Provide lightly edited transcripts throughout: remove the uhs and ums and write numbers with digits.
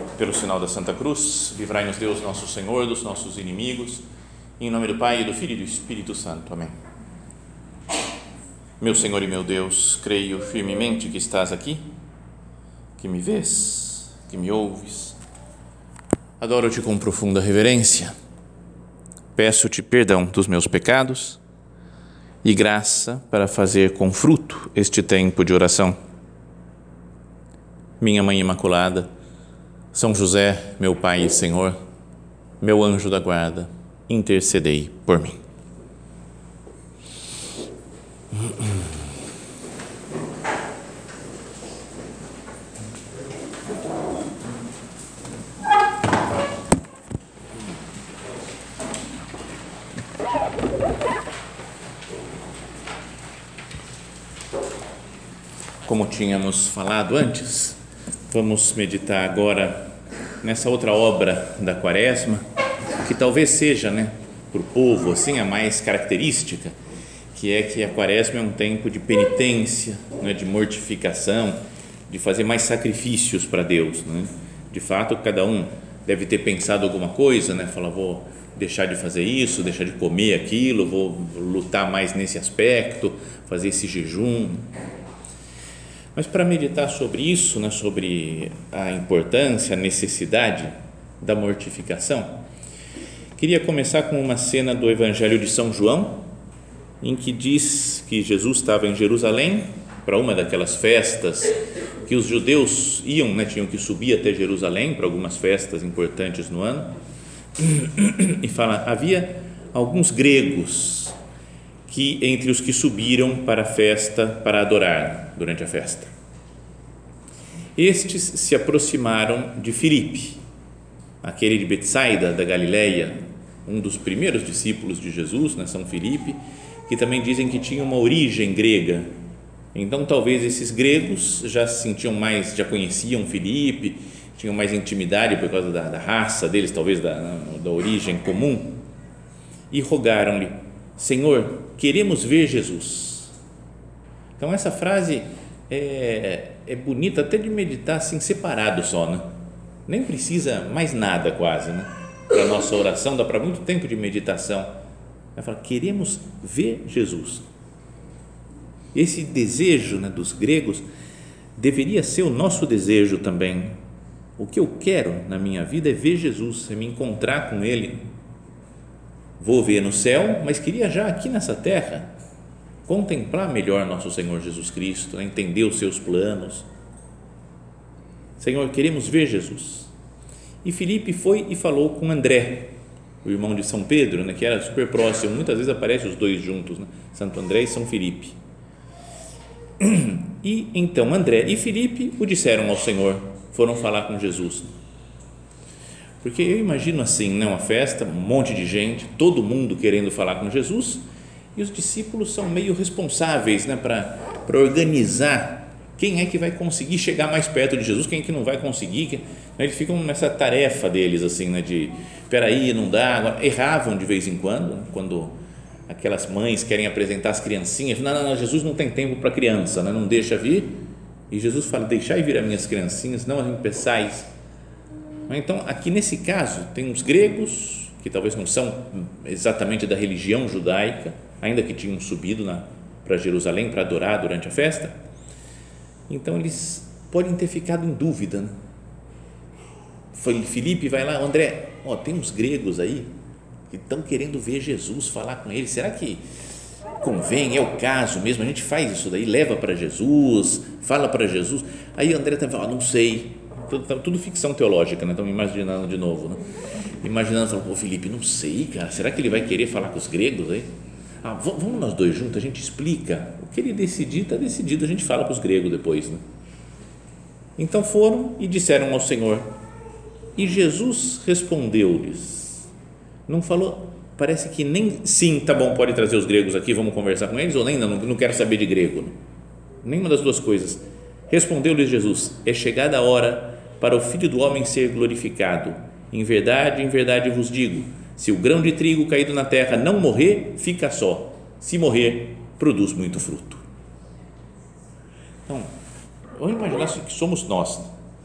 Pelo sinal da Santa Cruz, livrai-nos Deus nosso Senhor dos nossos inimigos, em nome do Pai, e do Filho e do Espírito Santo. Amém. Meu Senhor e meu Deus, creio firmemente que estás aqui, que me vês, que me ouves. Adoro-te com profunda reverência. Peço-te perdão dos meus pecados e graça para fazer com fruto este tempo de oração. Minha Mãe Imaculada, São José, meu Pai e Senhor, meu anjo da guarda, intercedei por mim. Como tínhamos falado antes, vamos meditar agora nessa outra obra da Quaresma, que talvez seja, para o povo, assim, a mais característica, que é que a Quaresma é um tempo de penitência, de mortificação, de fazer mais sacrifícios para Deus. De fato, cada um deve ter pensado alguma coisa, falar, vou deixar de fazer isso, deixar de comer aquilo, vou lutar mais nesse aspecto, fazer esse jejum. Mas para meditar sobre isso, sobre a importância, a necessidade da mortificação, queria começar com uma cena do Evangelho de São João, em que diz que Jesus estava em Jerusalém para uma daquelas festas que os judeus iam, tinham que subir até Jerusalém para algumas festas importantes no ano, e fala, havia alguns gregos que entre os que subiram para a festa, para adorar durante a festa. Estes se aproximaram de Filipe, aquele de Betsaida, da Galileia, um dos primeiros discípulos de Jesus, São Filipe, que também dizem que tinha uma origem grega. Então, talvez esses gregos já se sentiam mais, já conheciam Filipe, tinham mais intimidade por causa da raça deles, talvez da origem comum, e rogaram-lhe, Senhor, queremos ver Jesus. Então essa frase é bonita até de meditar assim separado só, nem precisa mais nada quase, para a nossa oração, dá para muito tempo de meditação. Vai falar, queremos ver Jesus. Esse desejo dos gregos deveria ser o nosso desejo também. O que eu quero na minha vida é ver Jesus, é me encontrar com Ele. Vou ver no céu, mas queria já aqui nessa terra contemplar melhor nosso Senhor Jesus Cristo, entender os seus planos. Senhor, queremos ver Jesus. E Filipe foi e falou com André, o irmão de São Pedro, que era super próximo, muitas vezes aparecem os dois juntos, Santo André e São Filipe. E então André e Filipe o disseram ao Senhor, foram falar com Jesus. Porque eu imagino assim, uma festa, um monte de gente, todo mundo querendo falar com Jesus, e os discípulos são meio responsáveis para organizar quem é que vai conseguir chegar mais perto de Jesus, quem é que não vai conseguir. Eles ficam nessa tarefa deles, assim, de peraí, não dá. Agora, erravam de vez em quando aquelas mães querem apresentar as criancinhas, não, Jesus não tem tempo para criança, não deixa vir, e Jesus fala, deixai vir as minhas criancinhas, não as impeçais. Então, aqui nesse caso, tem uns gregos que talvez não são exatamente da religião judaica, ainda que tinham subido para Jerusalém para adorar durante a festa. Então, eles podem ter ficado em dúvida. Filipe vai lá, André, tem uns gregos aí que estão querendo ver Jesus, falar com ele. Será que convém? É o caso mesmo? A gente faz isso daí, leva para Jesus, fala para Jesus. Aí André está falando, não sei. Tudo ficção teológica, estamos imaginando de novo, imaginando, falando, Filipe, não sei, cara, será que ele vai querer falar com os gregos aí? Vamos nós dois juntos, a gente explica, o que ele decidir, está decidido, a gente fala para os gregos depois, Então foram e disseram ao Senhor, e Jesus respondeu-lhes, não falou, parece que nem, sim, tá bom, pode trazer os gregos aqui, vamos conversar com eles, ou nem, não quero saber de grego, nenhuma das duas coisas. Respondeu-lhes Jesus, é chegada a hora para o Filho do Homem ser glorificado. Em verdade vos digo, se o grão de trigo caído na terra não morrer, fica só. Se morrer, produz muito fruto. Então, vamos imaginar que somos nós.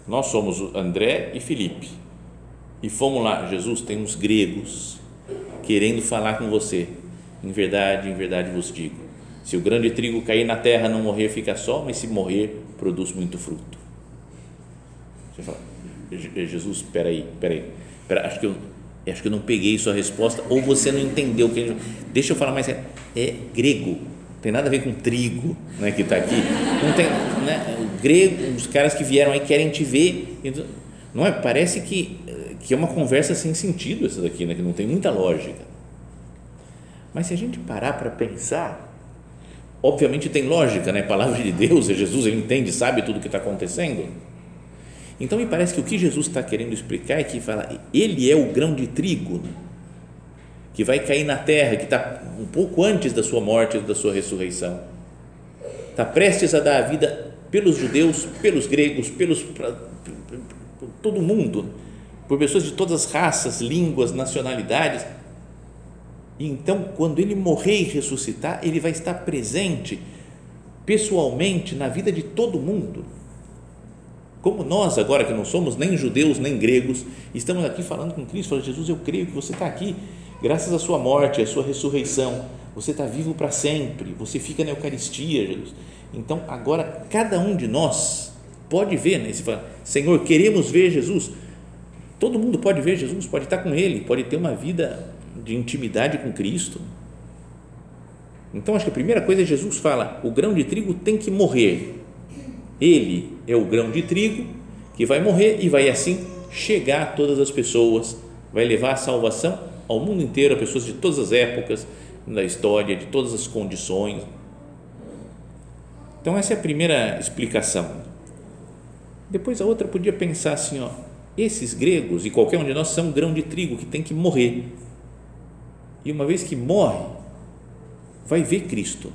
Nós somos o André e Felipe e fomos lá, Jesus, tem uns gregos querendo falar com você. Em verdade vos digo, se o grão de trigo cair na terra, não morrer, fica só, mas se morrer, produz muito fruto. Você fala, Jesus, espera aí, acho que eu não peguei sua resposta, ou você não entendeu. Deixa eu falar mais, é grego, não tem nada a ver com trigo, né, que está aqui, não tem, né, o grego, os caras que vieram aí querem te ver, não é? Parece que é uma conversa sem sentido essa daqui, né, que não tem muita lógica, mas se a gente parar para pensar, obviamente tem lógica, né? A palavra de Deus, é Jesus, ele entende, sabe tudo o que está acontecendo. Então me parece que o que Jesus está querendo explicar é que fala, ele é o grão de trigo, né, que vai cair na terra, que está um pouco antes da sua morte, da sua ressurreição, está prestes a dar a vida pelos judeus, pelos gregos, por todo mundo, por pessoas de todas as raças, línguas, nacionalidades. E então, quando ele morrer e ressuscitar, ele vai estar presente pessoalmente na vida de todo mundo. Como nós agora, que não somos nem judeus nem gregos, estamos aqui falando com Cristo, falando, Jesus, eu creio que você está aqui graças à sua morte, à sua ressurreição, você está vivo para sempre, você fica na Eucaristia, Jesus. Então agora cada um de nós pode ver, né? Você fala, Senhor, queremos ver Jesus. Todo mundo pode ver Jesus, pode estar com Ele, pode ter uma vida de intimidade com Cristo. Então acho que a primeira coisa é Jesus fala, o grão de trigo tem que morrer. Ele é o grão de trigo que vai morrer e vai assim chegar a todas as pessoas, vai levar a salvação ao mundo inteiro, a pessoas de todas as épocas da história, de todas as condições. Então essa é a primeira explicação. Depois a outra podia pensar assim, ó, esses gregos e qualquer um de nós são grão de trigo que tem que morrer, e uma vez que morre vai ver Cristo.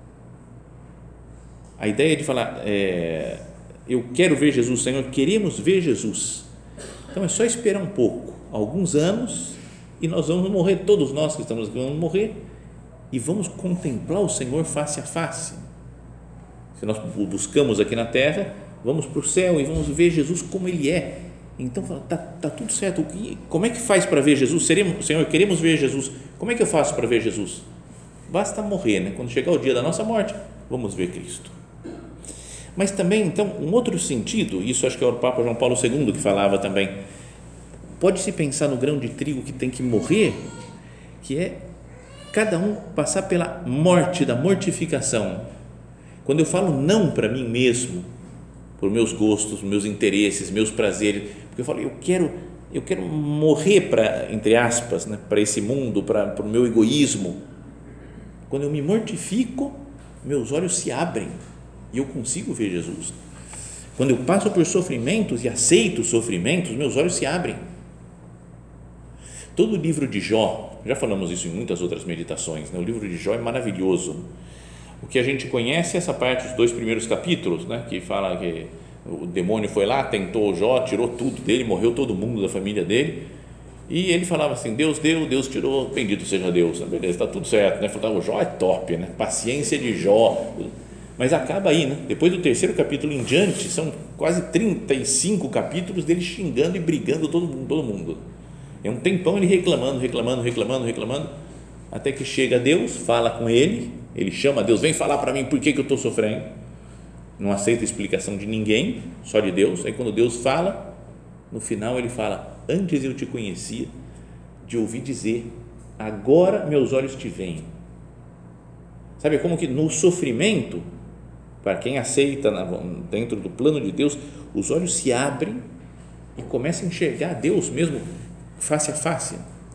A ideia de falar, eu quero ver Jesus, Senhor, queremos ver Jesus. Então é só esperar um pouco, alguns anos, e nós vamos morrer, todos nós que estamos aqui vamos morrer, e vamos contemplar o Senhor face a face. Se nós buscamos aqui na terra, vamos para o céu e vamos ver Jesus como Ele é. Então tá tudo certo. Como é que faz para ver Jesus? Senhor, queremos ver Jesus. Como é que eu faço para ver Jesus? Basta morrer, né? Quando chegar o dia da nossa morte, vamos ver Cristo. Mas também, então, um outro sentido, isso acho que é o Papa João Paulo II que falava também, pode-se pensar no grão de trigo que tem que morrer, que é cada um passar pela morte, da mortificação. Quando eu falo não para mim mesmo, por meus gostos, meus interesses, meus prazeres, porque eu falo, eu quero morrer para, entre aspas, né, para esse mundo, para o meu egoísmo. Quando eu me mortifico, meus olhos se abrem e eu consigo ver Jesus. Quando eu passo por sofrimentos e aceito os sofrimentos, meus olhos se abrem. Todo o livro de Jó, já falamos isso em muitas outras meditações, né? O livro de Jó é maravilhoso. O que a gente conhece é essa parte, os 2 primeiros capítulos, né? Que fala que o demônio foi lá, tentou Jó, tirou tudo dele, morreu todo mundo da família dele, e ele falava assim, Deus deu, Deus tirou, bendito seja Deus. Beleza, está tudo certo, né? Falava, o Jó é top, né? Paciência de Jó. Mas acaba aí, né? Depois do 3º capítulo em diante, são quase 35 capítulos dele xingando e brigando todo mundo. É um tempão ele reclamando, até que chega Deus, fala com ele chama Deus, vem falar para mim por que eu estou sofrendo. Não aceita explicação de ninguém, só de Deus. Aí quando Deus fala, no final ele fala, antes eu te conhecia, de ouvir dizer, agora meus olhos te veem. Sabe, como que no sofrimento, para quem aceita dentro do plano de Deus, os olhos se abrem e começa a enxergar Deus mesmo face a face.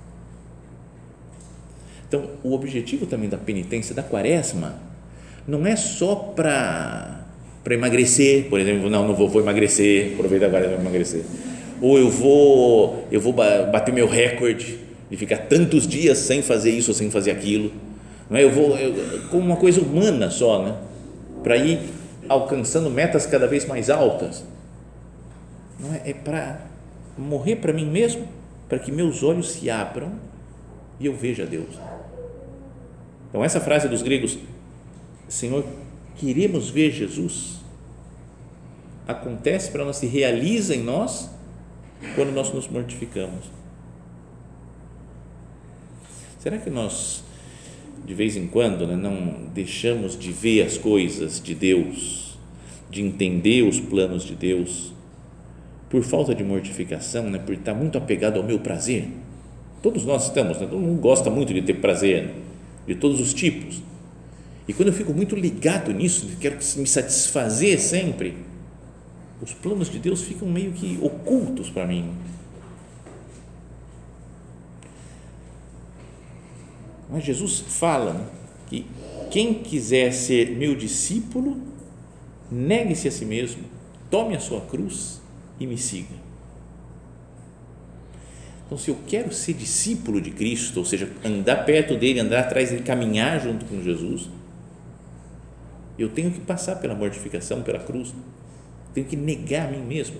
Então, o objetivo também da penitência, da quaresma, não é só para emagrecer, por exemplo, não vou emagrecer, aproveita agora para emagrecer, ou eu vou bater meu recorde de ficar tantos dias sem fazer isso ou sem fazer aquilo, não é? Como uma coisa humana só, né? Para ir alcançando metas cada vez mais altas, não é? É para morrer para mim mesmo, para que meus olhos se abram e eu veja Deus. Então essa frase dos gregos, Senhor, queremos ver Jesus, acontece para nós, se realiza em nós quando nós nos mortificamos. Será que nós, de vez em quando, né, não deixamos de ver as coisas de Deus, de entender os planos de Deus, por falta de mortificação, né, por estar muito apegado ao meu prazer? Todos nós estamos, né, todo mundo gosta muito de ter prazer, né, de todos os tipos. E quando eu fico muito ligado nisso, quero me satisfazer sempre, os planos de Deus ficam meio que ocultos para mim. Mas Jesus fala, né, que quem quiser ser meu discípulo, negue-se a si mesmo, tome a sua cruz e me siga. Então, se eu quero ser discípulo de Cristo, ou seja, andar perto dele, andar atrás dele, caminhar junto com Jesus, eu tenho que passar pela mortificação, pela cruz, tenho que negar a mim mesmo.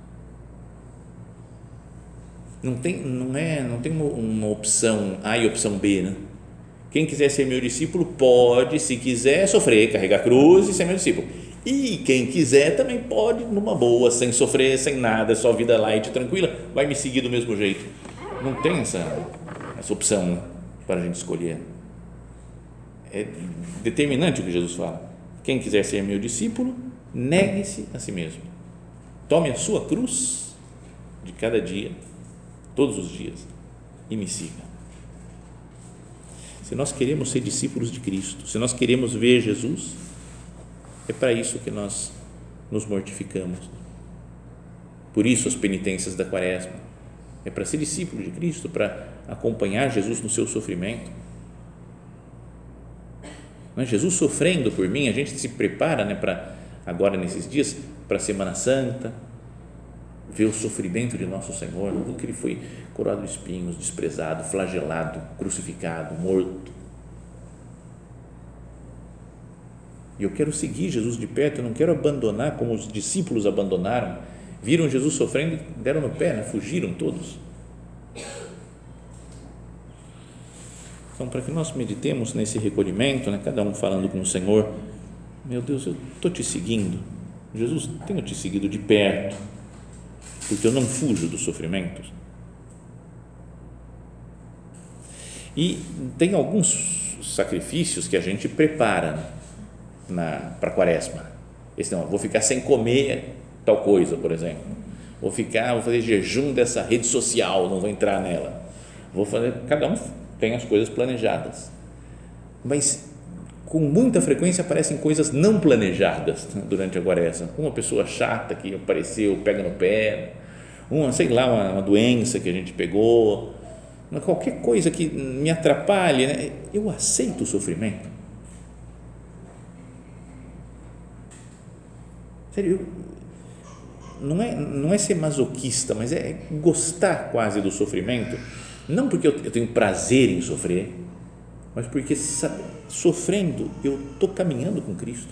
Não tem uma opção A e opção B, né? Quem quiser ser meu discípulo pode, se quiser, sofrer, carregar a cruz e ser meu discípulo. E quem quiser também pode, numa boa, sem sofrer, sem nada, só vida light, tranquila, vai me seguir do mesmo jeito. Não tem essa opção, né, para a gente escolher. É determinante o que Jesus fala. Quem quiser ser meu discípulo, negue-se a si mesmo. Tome a sua cruz de cada dia, todos os dias, e me siga. Se nós queremos ser discípulos de Cristo, se nós queremos ver Jesus, é para isso que nós nos mortificamos. Por isso as penitências da Quaresma. É para ser discípulo de Cristo, para acompanhar Jesus no seu sofrimento. Mas Jesus sofrendo por mim, a gente se prepara, né, para agora nesses dias, para a Semana Santa, ver o sofrimento de nosso Senhor, que ele foi coroado de espinhos, desprezado, flagelado, crucificado, morto. E eu quero seguir Jesus de perto, eu não quero abandonar como os discípulos abandonaram, viram Jesus sofrendo e deram no pé, né? Fugiram todos. Então, para que nós meditemos nesse recolhimento, né? Cada um falando com o Senhor, meu Deus, eu estou te seguindo, Jesus, tenho te seguido de perto, porque eu não fujo dos sofrimentos. E tem alguns sacrifícios que a gente prepara para a Quaresma. Esse não, vou ficar sem comer tal coisa, por exemplo. Vou fazer jejum dessa rede social, não vou entrar nela. Cada um tem as coisas planejadas. Mas com muita frequência aparecem coisas não planejadas, né, durante a Quaresma. Uma pessoa chata que apareceu, pega no pé, uma doença que a gente pegou, qualquer coisa que me atrapalhe, né? Eu aceito o sofrimento. Sério, não é ser masoquista, mas é gostar quase do sofrimento, não porque eu tenho prazer em sofrer, mas porque sofrendo eu estou caminhando com Cristo.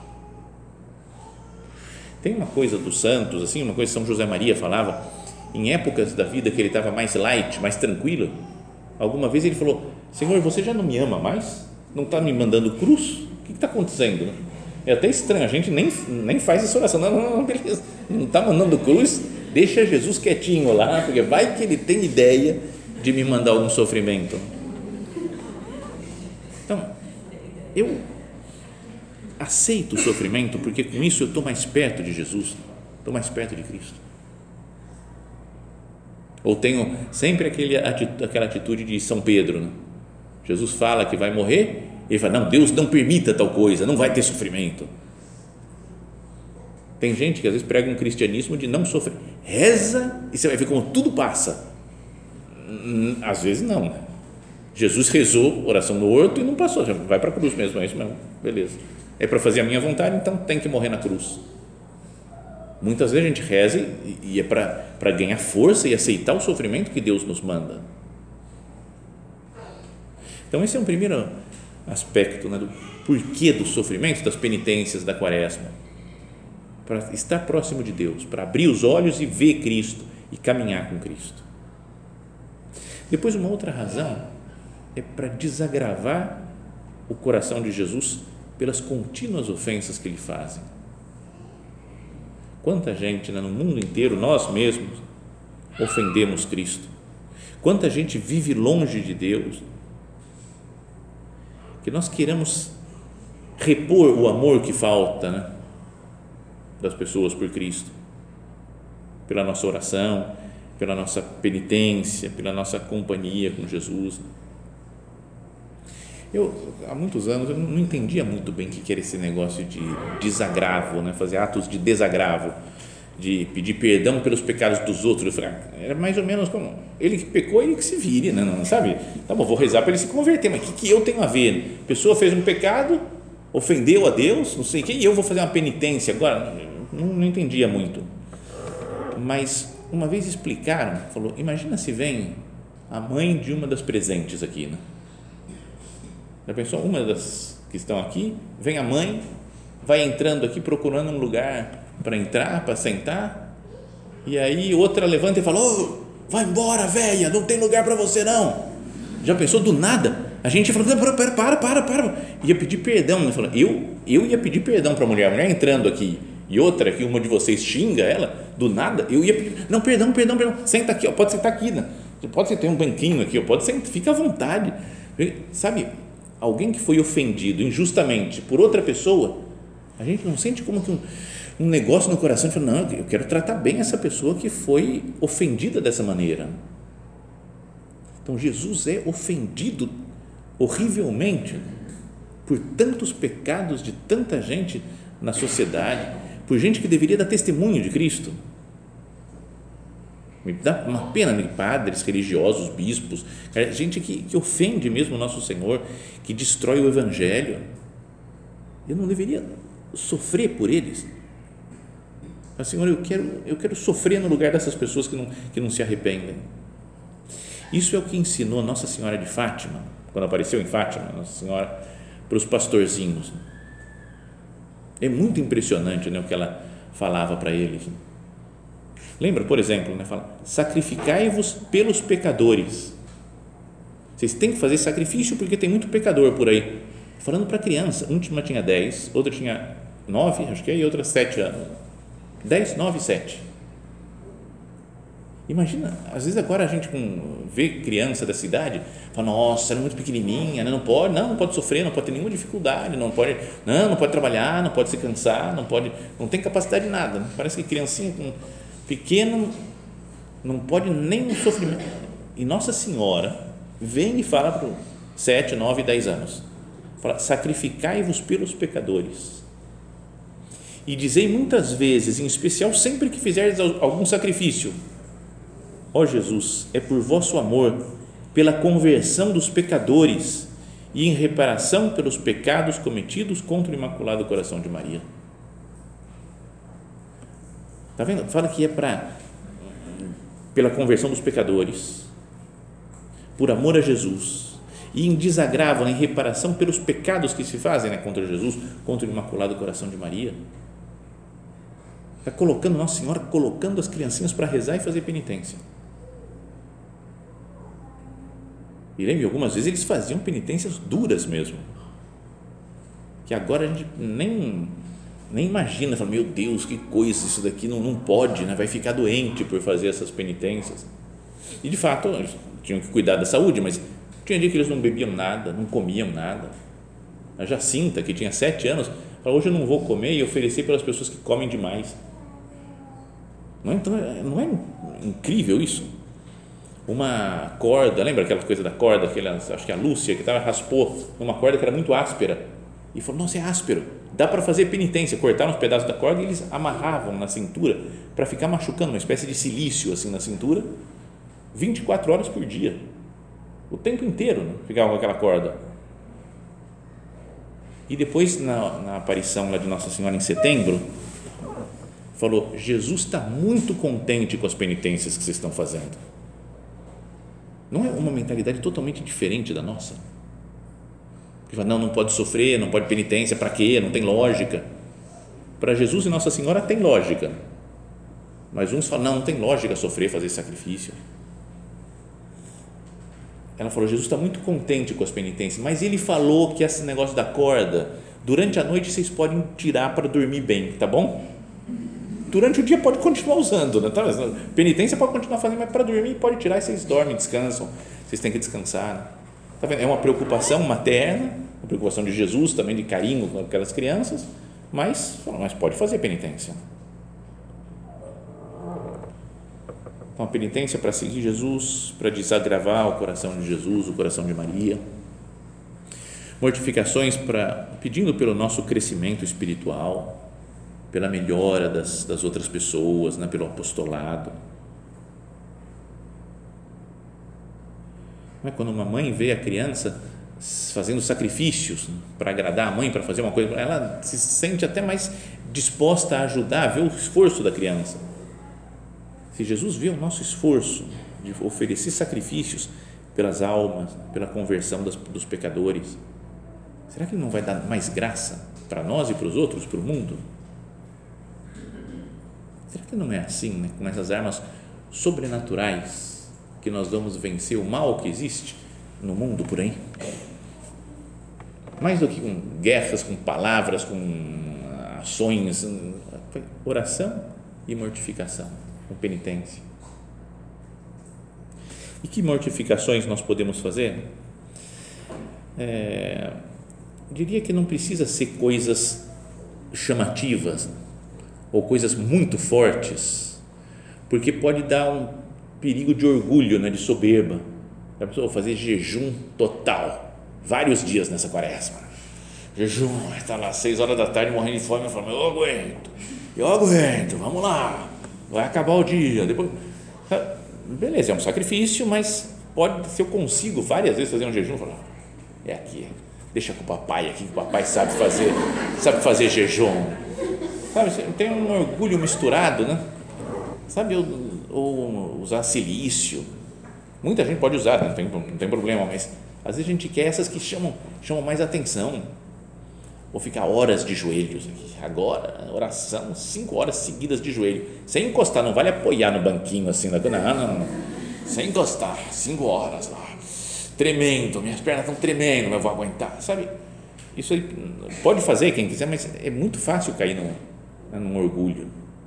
Tem uma coisa dos santos, assim, uma coisa que São José Maria falava, em épocas da vida que ele estava mais light, mais tranquilo, alguma vez ele falou: Senhor, você já não me ama mais? Não está me mandando cruz? O que está acontecendo, né? É até estranho, a gente nem faz essa oração, não, beleza, não está mandando cruz, deixa Jesus quietinho lá, porque vai que ele tem ideia de me mandar algum sofrimento. Então, eu aceito o sofrimento, porque com isso eu estou mais perto de Jesus, estou mais perto de Cristo. Ou tenho sempre aquela atitude de São Pedro, né? Jesus fala que vai morrer, ele fala: não, Deus não permita tal coisa, não vai ter sofrimento. Tem gente que às vezes prega um cristianismo de não sofrer, reza e você vai ver como tudo passa. Às vezes não. Jesus rezou oração no horto e não passou, vai para a cruz mesmo, é isso mesmo, beleza, é para fazer a minha vontade, então tem que morrer na cruz. Muitas vezes a gente reza e é para ganhar força e aceitar o sofrimento que Deus nos manda. Então esse é um primeiro aspecto, né, do porquê do sofrimento, das penitências da Quaresma, para estar próximo de Deus, para abrir os olhos e ver Cristo e caminhar com Cristo. Depois, uma outra razão é para desagravar o coração de Jesus pelas contínuas ofensas que lhe fazem. Quanta gente, né, no mundo inteiro, nós mesmos, ofendemos Cristo. Quanta gente vive longe de Deus, que nós queremos repor o amor que falta, né, das pessoas por Cristo, pela nossa oração, pela nossa penitência, pela nossa companhia com Jesus. Há muitos anos, eu não entendia muito bem o que era esse negócio de desagravo, né? Fazer atos de desagravo, de pedir perdão pelos pecados dos outros. Eu falei, era mais ou menos como, ele que pecou, ele que se vire, né? Não, sabe? Tá bom, vou rezar para ele se converter, mas o que eu tenho a ver? A pessoa fez um pecado, ofendeu a Deus, não sei o que, e eu vou fazer uma penitência agora? Não entendia muito. Mas uma vez explicaram, falou, imagina se vem a mãe de uma das presentes aqui, né? Já pensou? Uma das que estão aqui, vem a mãe, vai entrando aqui procurando um lugar para entrar, para sentar, e aí outra levanta e fala, oh, vai embora, velha, não tem lugar para você não. Já pensou? Do nada a gente falou, para, ia pedir perdão, né? Falou, eu ia pedir perdão para a mulher entrando aqui, e outra que uma de vocês xinga ela, do nada, eu ia pedir, não, perdão, senta aqui, ó, pode sentar aqui, né? Pode ter um banquinho aqui, ó, pode sentar, fica à vontade, sabe? Alguém que foi ofendido injustamente por outra pessoa, a gente não sente como que um negócio no coração de falar, não, eu quero tratar bem essa pessoa que foi ofendida dessa maneira. Então Jesus é ofendido horrivelmente por tantos pecados de tanta gente na sociedade, por gente que deveria dar testemunho de Cristo. Me dá uma pena de padres, religiosos, bispos, gente que ofende mesmo o nosso Senhor, que destrói o Evangelho. Eu não deveria sofrer por eles. Mas, Senhor, eu quero sofrer no lugar dessas pessoas que não se arrependem. Isso é o que ensinou Nossa Senhora de Fátima, quando apareceu em Fátima, Nossa Senhora, para os pastorzinhos. É muito impressionante, né, o que ela falava para eles. Lembra, por exemplo, né, fala, sacrificai-vos pelos pecadores. Vocês têm que fazer sacrifício porque tem muito pecador por aí. Falando para criança, uma tinha 10, outra tinha 9, acho que é, e outra 7 anos. 10, 9, 7. Imagina, às vezes agora a gente vê criança da cidade, fala, nossa, ela é muito pequenininha, né? Não pode sofrer, não pode ter nenhuma dificuldade, não pode trabalhar, não pode se cansar, não tem capacidade de nada. Né? Parece que criancinha pequeno não pode nem um sofrimento. E Nossa Senhora vem e fala para 7, 9, 10 anos, fala, sacrificai-vos pelos pecadores. E dizei muitas vezes, em especial sempre que fizerdes algum sacrifício, ó Jesus, é por vosso amor, pela conversão dos pecadores e em reparação pelos pecados cometidos contra o Imaculado Coração de Maria. Está vendo? Fala que é pela conversão dos pecadores, por amor a Jesus, e em desagravo, em reparação pelos pecados que se fazem, né, contra Jesus, contra o Imaculado Coração de Maria. Está colocando, Nossa Senhora, colocando as criancinhas para rezar e fazer penitência. E lembre, algumas vezes eles faziam penitências duras mesmo, que agora a gente nem imagina, fala, meu Deus, que coisa, isso daqui não pode, né? Vai ficar doente por fazer essas penitências. E de fato, eles tinham que cuidar da saúde, mas tinha dia que eles não bebiam nada, não comiam nada. A Jacinta, que tinha 7 anos, falou, hoje eu não vou comer, e oferecer pelas pessoas que comem demais. Então, não é incrível isso? Uma corda, lembra aquela coisa da corda, acho que a Lúcia, que raspou uma corda que era muito áspera, e falou, nossa, é áspero, dá para fazer penitência. Cortaram os pedaços da corda e eles amarravam na cintura para ficar machucando, uma espécie de silício assim na cintura, 24 horas por dia, o tempo inteiro, né? Ficavam com aquela corda. E depois, na aparição lá de Nossa Senhora em setembro, falou, Jesus está muito contente com as penitências que vocês estão fazendo. Não é uma mentalidade totalmente diferente da nossa? Que fala, não pode sofrer, não pode penitência, para quê? Não tem lógica. Para Jesus e Nossa Senhora tem lógica, mas uns falam, não tem lógica sofrer, fazer sacrifício. Ela falou, Jesus está muito contente com as penitências, mas ele falou que esse negócio da corda, durante a noite vocês podem tirar para dormir bem, tá bom? durante o dia pode continuar usando, né? Então, penitência pode continuar fazendo, mas para dormir pode tirar e vocês dormem, descansam, vocês têm que descansar, né? Tá vendo? É uma preocupação materna, uma preocupação de Jesus também, de carinho com aquelas crianças, mas pode fazer penitência. Então, a penitência para seguir Jesus, para desagravar o coração de Jesus, o coração de Maria. Mortificações pedindo pelo nosso crescimento espiritual, pela melhora das outras pessoas, né, pelo apostolado. Mas quando uma mãe vê a criança fazendo sacrifícios para agradar a mãe, para fazer uma coisa, ela se sente até mais disposta a ajudar, a ver o esforço da criança. Se Jesus vê o nosso esforço de oferecer sacrifícios pelas almas, pela conversão dos pecadores, será que Ele não vai dar mais graça para nós e para os outros, para o mundo? Será que não é assim, né? Com essas armas sobrenaturais que nós vamos vencer o mal que existe no mundo por aí? Mais do que com guerras, com palavras, com ações, oração e mortificação, com penitência. E que mortificações nós podemos fazer? Diria que não precisa ser coisas chamativas ou coisas muito fortes, porque pode dar um perigo de orgulho, né, de soberba. A pessoa fazer jejum total, vários dias nessa quaresma. Jejum, está lá 6 horas da tarde morrendo de fome, eu falo, eu aguento, vamos lá, vai acabar o dia. Depois, beleza, é um sacrifício, mas se eu consigo várias vezes fazer um jejum, eu falo, é aqui, deixa com o papai aqui, que o papai sabe fazer jejum. Sabe, tem um orgulho misturado, né? Sabe, ou usar silício. Muita gente pode usar, não tem problema, mas às vezes a gente quer essas que chamam mais atenção. Vou ficar horas de joelhos aqui. Agora, oração, 5 horas seguidas de joelho. Sem encostar, não vale apoiar no banquinho assim. Não. Sem encostar, 5 horas lá. Tremendo, minhas pernas estão tremendo, mas eu vou aguentar. Sabe, isso aí pode fazer quem quiser, mas é muito fácil cair num orgulho.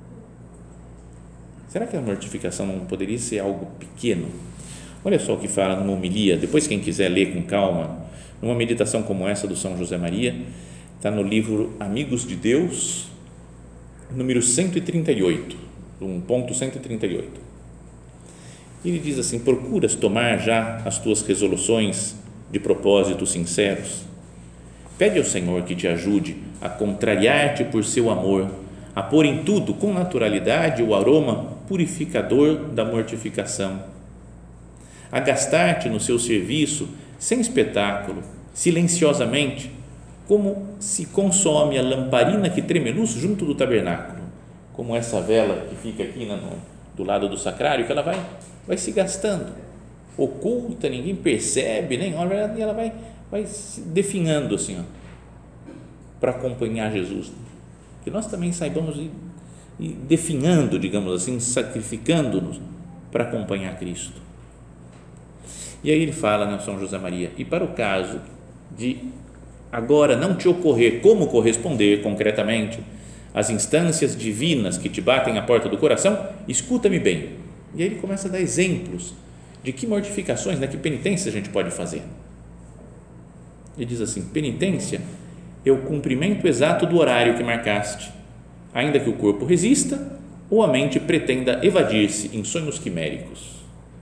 Será que a mortificação não poderia ser algo pequeno? Olha só o que fala numa homilia, depois quem quiser ler com calma, numa meditação como essa do São José Maria, está no livro Amigos de Deus, número 138, ponto 138. Ele diz assim: procuras tomar já as tuas resoluções de propósitos sinceros? Pede ao Senhor que te ajude a contrariar-te por seu amor, a pôr em tudo com naturalidade o aroma purificador da mortificação, a gastar-te no seu serviço sem espetáculo, silenciosamente, como se consome a lamparina que tremeluz junto do tabernáculo, como essa vela que fica aqui do lado do sacrário, que ela vai se gastando, oculta, ninguém percebe, nem olha, e ela vai se definhando assim, para acompanhar Jesus. Que nós também saibamos ir definhando, digamos assim, sacrificando-nos para acompanhar Cristo. E aí ele fala, né, São José Maria, e para o caso de agora não te ocorrer como corresponder concretamente às instâncias divinas que te batem à porta do coração, escuta-me bem. E aí ele começa a dar exemplos de que mortificações, que penitência a gente pode fazer. Ele diz assim: penitência é o cumprimento exato do horário que marcaste, ainda que o corpo resista ou a mente pretenda evadir-se em sonhos quiméricos.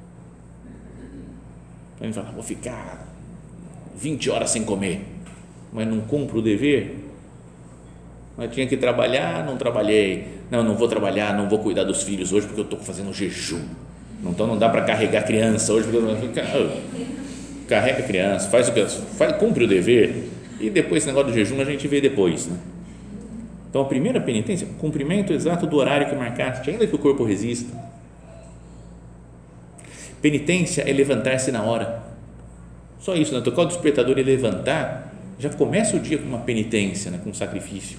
Ele fala: vou ficar 20 horas sem comer, mas não cumpro o dever. Mas tinha que trabalhar, não trabalhei. Não vou trabalhar, não vou cuidar dos filhos hoje porque eu estou fazendo jejum. Então não dá para carregar a criança hoje porque carrega a criança, cumpre o dever e depois esse negócio do jejum a gente vê depois, né? Então a primeira penitência, cumprimento exato do horário que marcaste, ainda que o corpo resista. Penitência é levantar-se na hora. Só isso, tocar o despertador e levantar, já começa o dia com uma penitência, com um sacrifício.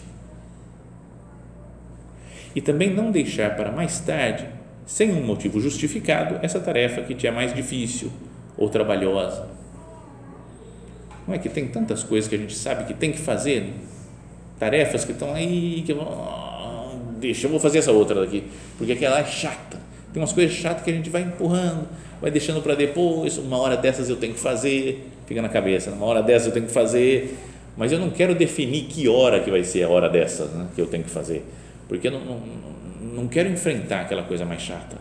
E também não deixar para mais tarde, sem um motivo justificado, essa tarefa que te é mais difícil ou trabalhosa. Não é que tem tantas coisas que a gente sabe que tem que fazer, tarefas que estão aí, que deixa, eu vou fazer essa outra daqui, porque aquela é chata. Tem umas coisas chatas que a gente vai empurrando, vai deixando para depois. Uma hora dessas eu tenho que fazer, fica na cabeça, uma hora dessas eu tenho que fazer, mas eu não quero definir que hora que vai ser a hora dessas, né, que eu tenho que fazer, porque eu não quero enfrentar aquela coisa mais chata.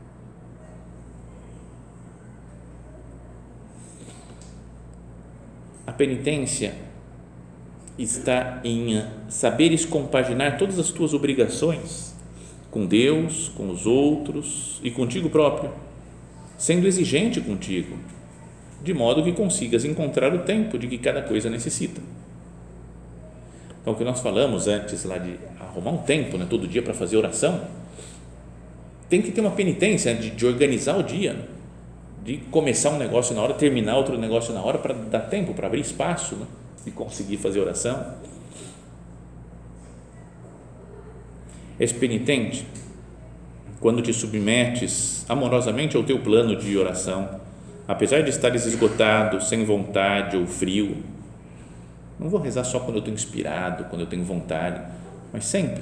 A penitência está em saberes compaginar todas as tuas obrigações com Deus, com os outros e contigo próprio, sendo exigente contigo, de modo que consigas encontrar o tempo de que cada coisa necessita. Então, o que nós falamos antes lá de arrumar um tempo, né, todo dia para fazer oração, tem que ter uma penitência, né, de organizar o dia, né, de começar um negócio na hora, terminar outro negócio na hora, para dar tempo, para abrir espaço, né, de conseguir fazer oração. És penitente quando te submetes amorosamente ao teu plano de oração, apesar de estares esgotado, sem vontade ou frio. Não vou rezar só quando eu estou inspirado, quando eu tenho vontade, mas sempre.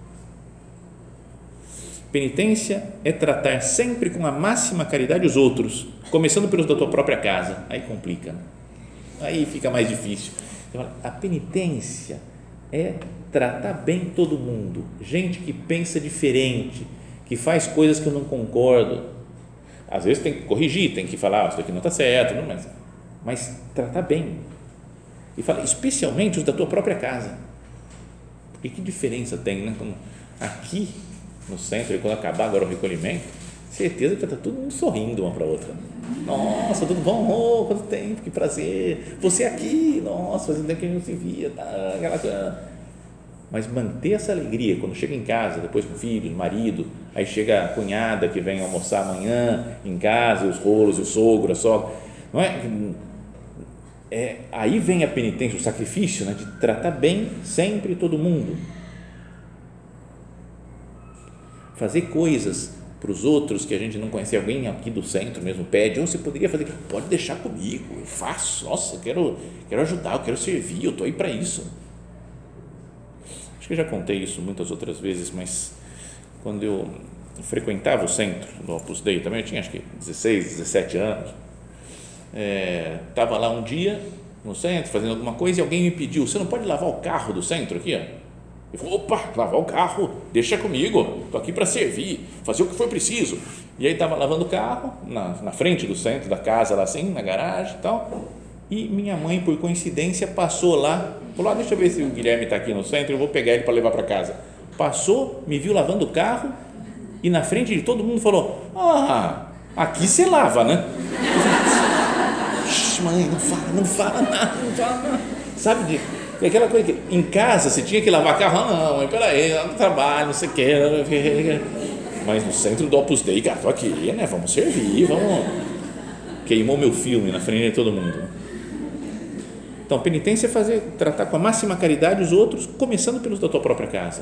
Penitência é tratar sempre com a máxima caridade os outros, começando pelos da tua própria casa. Aí complica, né? Aí fica mais difícil. A penitência é tratar bem todo mundo, gente que pensa diferente, que faz coisas que eu não concordo. Às vezes tem que corrigir, tem que falar, isso daqui não está certo, não, mas tratar bem. E fala, especialmente os da tua própria casa. Porque que diferença tem, né? Como aqui no centro, e quando acabar agora o recolhimento, certeza que está todo mundo sorrindo uma para a outra. Nossa, tudo bom? Oh, quanto tempo, que prazer. Você aqui, nossa, fazendo tempo que a gente não se via. Tá, aquela coisa. Mas manter essa alegria quando chega em casa, depois com o filho, o marido, aí chega a cunhada que vem almoçar amanhã em casa, os rolos, o sogro, a sogra, não é? Aí vem a penitência, o sacrifício, né, de tratar bem sempre todo mundo, fazer coisas para os outros que a gente não conhece. Alguém aqui do centro mesmo pede, ou você poderia fazer, pode deixar comigo, eu faço, nossa, eu quero ajudar, eu quero servir, eu estou aí para isso. Acho que eu já contei isso muitas outras vezes, mas quando eu frequentava o centro do Opus Dei também, eu tinha acho que 16, 17 anos, estava lá um dia no centro fazendo alguma coisa e alguém me pediu, você não pode lavar o carro do centro aqui? Eu falei, opa, lavar o carro, deixa comigo, estou aqui para servir, fazer o que for preciso. E aí estava lavando o carro na frente do centro da casa, lá assim, na garagem e tal, e minha mãe, por coincidência, passou lá, falou, deixa eu ver se o Guilherme está aqui no centro, eu vou pegar ele para levar para casa. Passou, me viu lavando o carro e na frente de todo mundo falou, aqui você lava, né? Mãe, não fala nada, sabe, aquela coisa que em casa você tinha que lavar carro, não, mãe, peraí, no trabalho, não sei o que, mas no centro do Opus Dei, cara, estou aqui, né, vamos servir, queimou meu filme na frente de todo mundo. Então, penitência é tratar com a máxima caridade os outros, começando pelos da tua própria casa.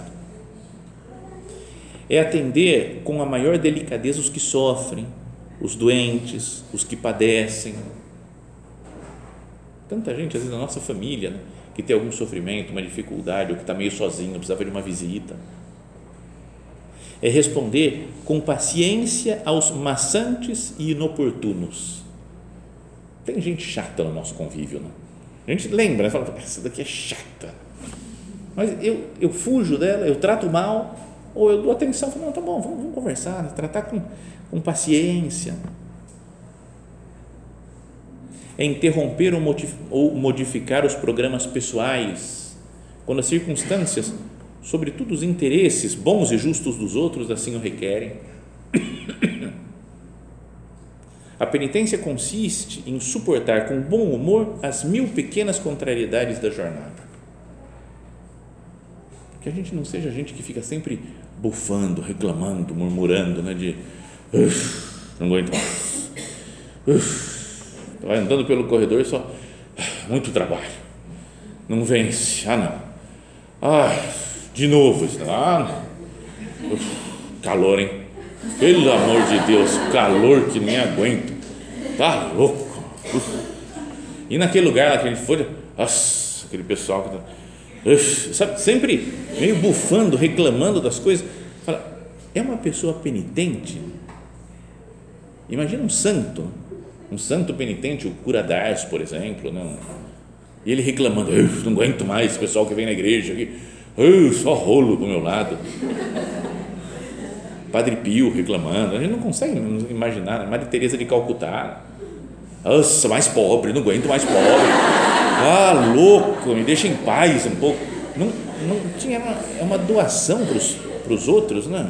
É atender com a maior delicadeza os que sofrem, os doentes, os que padecem. Tanta gente, às vezes, na nossa família, né, que tem algum sofrimento, uma dificuldade, ou que está meio sozinho, precisava de uma visita. É responder com paciência aos maçantes e inoportunos. Tem gente chata no nosso convívio, né? A gente lembra, fala, essa daqui é chata, mas eu fujo dela, eu trato mal, ou eu dou atenção, falo, não, tá bom, vamos conversar, né? Tratar com paciência. É interromper ou modificar os programas pessoais, quando as circunstâncias, sobretudo os interesses bons e justos dos outros, assim o requerem. A penitência consiste em suportar com bom humor as 1000 pequenas contrariedades da jornada. Que a gente não seja gente que fica sempre bufando, reclamando, murmurando, né, de não aguento mais, vai andando pelo corredor e só muito trabalho, não vence, não, de novo isso, não, calor, hein, pelo amor de Deus, calor que nem aguento, tá louco. E naquele lugar lá que a gente foi, nossa, aquele pessoal que sabe, sempre meio bufando, reclamando das coisas. Fala, é uma pessoa penitente? Imagina um santo penitente, o cura d'Ars, por exemplo, não? E ele reclamando, não aguento mais esse pessoal que vem na igreja aqui, só rolo do meu lado. Padre Pio reclamando, a gente não consegue imaginar, Maria Teresa de Calcutá, nossa, mais pobre, não aguento mais pobre, louco, me deixa em paz um pouco. Não tinha uma doação para os outros, né?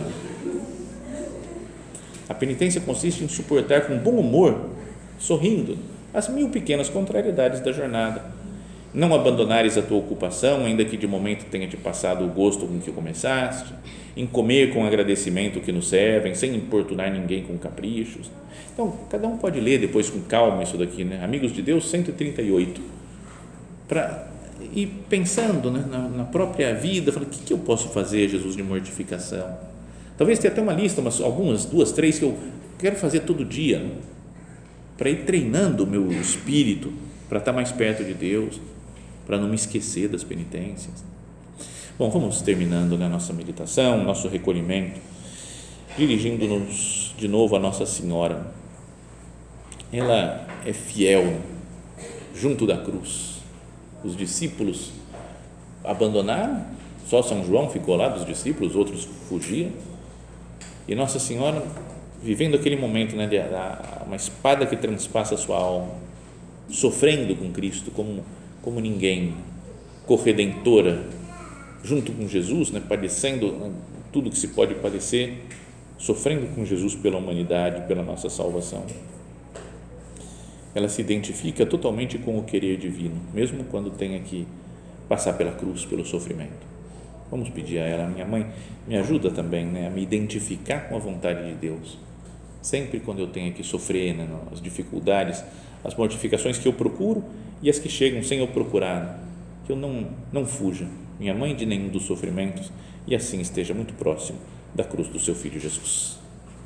A penitência consiste em suportar com bom humor, sorrindo, as 1000 pequenas contrariedades da jornada. Não abandonares a tua ocupação, ainda que de momento tenha te passado o gosto com que começaste, em comer com agradecimento o que nos servem, sem importunar ninguém com caprichos. Então, cada um pode ler depois com calma isso daqui, né? Amigos de Deus 138, para ir pensando, né, na própria vida, falando, o que eu posso fazer, Jesus, de mortificação? Talvez tenha até uma lista, algumas, 2, 3 que eu quero fazer todo dia, né? Para ir treinando o meu espírito, para estar mais perto de Deus, para não me esquecer das penitências. Bom, vamos terminando a nossa meditação, nosso recolhimento, dirigindo-nos de novo a Nossa Senhora. Ela é fiel junto da cruz. Os discípulos abandonaram, só São João ficou lá dos discípulos, os outros fugiram. E Nossa Senhora, vivendo aquele momento, né, de uma espada que transpassa a sua alma, sofrendo com Cristo como ninguém, corredentora, junto com Jesus, né, padecendo tudo que se pode padecer, sofrendo com Jesus pela humanidade, pela nossa salvação. Ela se identifica totalmente com o querer divino, mesmo quando tenha que passar pela cruz, pelo sofrimento. Vamos pedir a ela, minha mãe, me ajuda também, né, a me identificar com a vontade de Deus, sempre quando eu tenho que sofrer, né, as dificuldades, as mortificações que eu procuro e as que chegam sem eu procurar, que eu não fuja, minha mãe, de nenhum dos sofrimentos, e assim esteja muito próximo da cruz do seu Filho Jesus.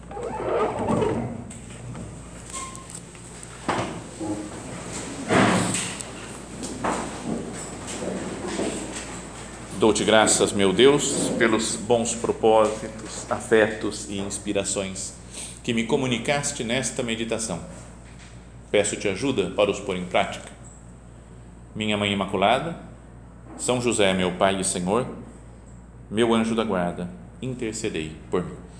Dou-te graças, meu Deus, pelos bons propósitos, afetos e inspirações que me comunicaste nesta meditação. Peço-te ajuda para os pôr em prática. Minha Mãe Imaculada, São José, meu Pai e Senhor, meu anjo da guarda, intercedei por mim.